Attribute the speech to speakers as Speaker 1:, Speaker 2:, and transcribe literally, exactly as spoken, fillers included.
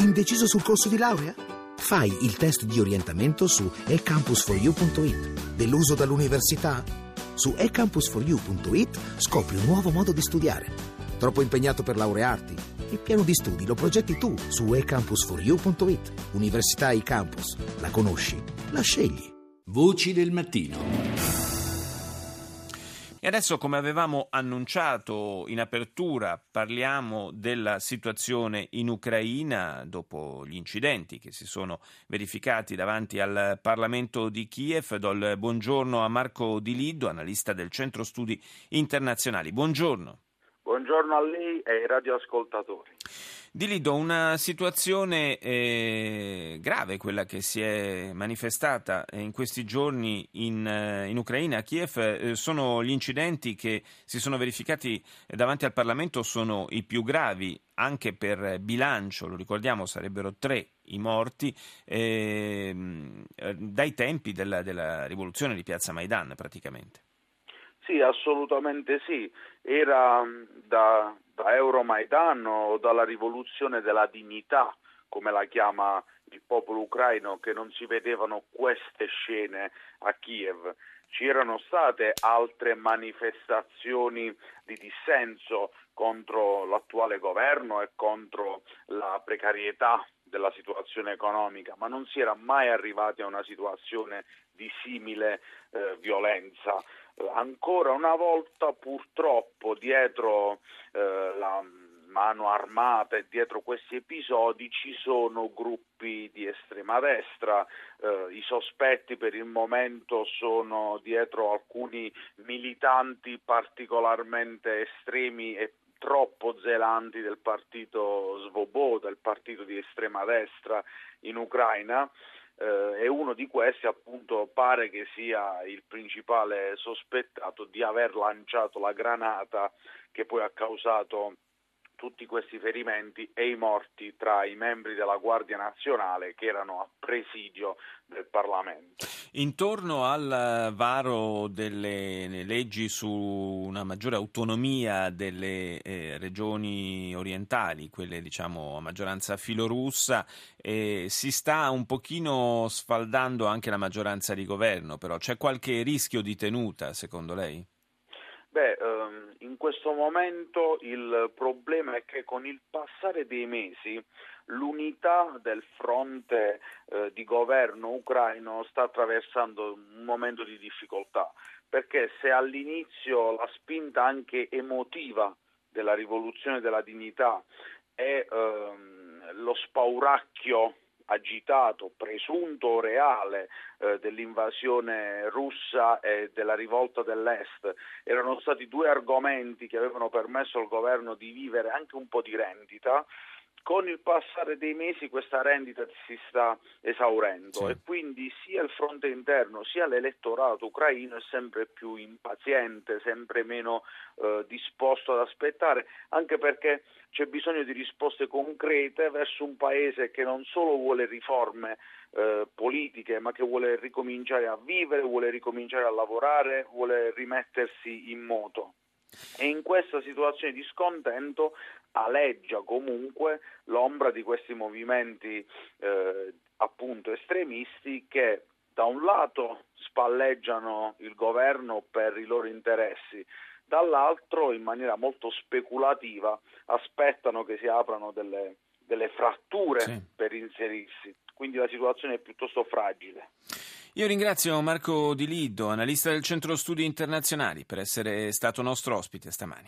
Speaker 1: Indeciso sul corso di laurea? Fai il test di orientamento su e campus for you punto it. Deluso dall'università? Su e campus for you punto it scopri un nuovo modo di studiare. Troppo impegnato per laurearti? Il piano di studi lo progetti tu su e campus for you punto it. Università eCampus. La conosci? La scegli.
Speaker 2: Voci del mattino.
Speaker 3: E adesso, come avevamo annunciato in apertura, parliamo della situazione in Ucraina dopo gli incidenti che si sono verificati davanti al Parlamento di Kiev. Do il buongiorno a Marco Di Liddo, analista del Centro Studi Internazionali. Buongiorno.
Speaker 4: Buongiorno a lei e ai radioascoltatori.
Speaker 3: Di Liddo, una situazione eh, grave quella che si è manifestata in questi giorni in, in Ucraina, a Kiev. Eh, sono gli incidenti che si sono verificati davanti al Parlamento, sono i più gravi anche per bilancio, lo ricordiamo, sarebbero tre i morti eh, dai tempi della, della rivoluzione di Piazza Maidan praticamente.
Speaker 4: Sì, assolutamente sì. Era da, da Euromaidan o dalla rivoluzione della dignità, come la chiama il popolo ucraino, che non si vedevano queste scene a Kiev. Ci erano state altre manifestazioni di dissenso contro l'attuale governo e contro la precarietà della situazione economica, ma non si era mai arrivati a una situazione di simile eh, violenza. Ancora una volta, purtroppo, dietro eh, la mano armata e dietro questi episodi ci sono gruppi di estrema destra. Eh, i sospetti per il momento sono dietro alcuni militanti particolarmente estremi e troppo zelanti del partito Svoboda, il partito di estrema destra in Ucraina. Eh, e uno di questi appunto pare che sia il principale sospettato di aver lanciato la granata che poi ha causato tutti questi ferimenti e i morti tra i membri della Guardia Nazionale che erano a presidio del Parlamento.
Speaker 3: Intorno al varo delle leggi su una maggiore autonomia delle eh, regioni orientali, quelle diciamo a maggioranza filorussa, eh, si sta un pochino sfaldando anche la maggioranza di governo, però c'è qualche rischio di tenuta secondo lei?
Speaker 4: Beh, ehm, in questo momento il problema è che con il passare dei mesi l'unità del fronte eh, di governo ucraino sta attraversando un momento di difficoltà, perché se all'inizio la spinta anche emotiva della rivoluzione della dignità e ehm, lo spauracchio agitato, presunto o reale, eh, dell'invasione russa e della rivolta dell'Est erano stati due argomenti che avevano permesso al governo di vivere anche un po' di rendita. Con il passare dei mesi questa rendita si sta esaurendo, sì. E quindi sia il fronte interno sia l'elettorato ucraino è sempre più impaziente, sempre meno eh, disposto ad aspettare, anche perché c'è bisogno di risposte concrete verso un paese che non solo vuole riforme eh, politiche, ma che vuole ricominciare a vivere, vuole ricominciare a lavorare, vuole rimettersi in moto. E in questa situazione di scontento aleggia comunque l'ombra di questi movimenti eh, appunto estremisti che da un lato spalleggiano il governo per i loro interessi, dall'altro in maniera molto speculativa aspettano che si aprano delle, delle fratture sì. per inserirsi. Quindi la situazione è piuttosto fragile.
Speaker 3: Io ringrazio Marco Di Liddo, analista del Centro Studi Internazionali, per essere stato nostro ospite stamani.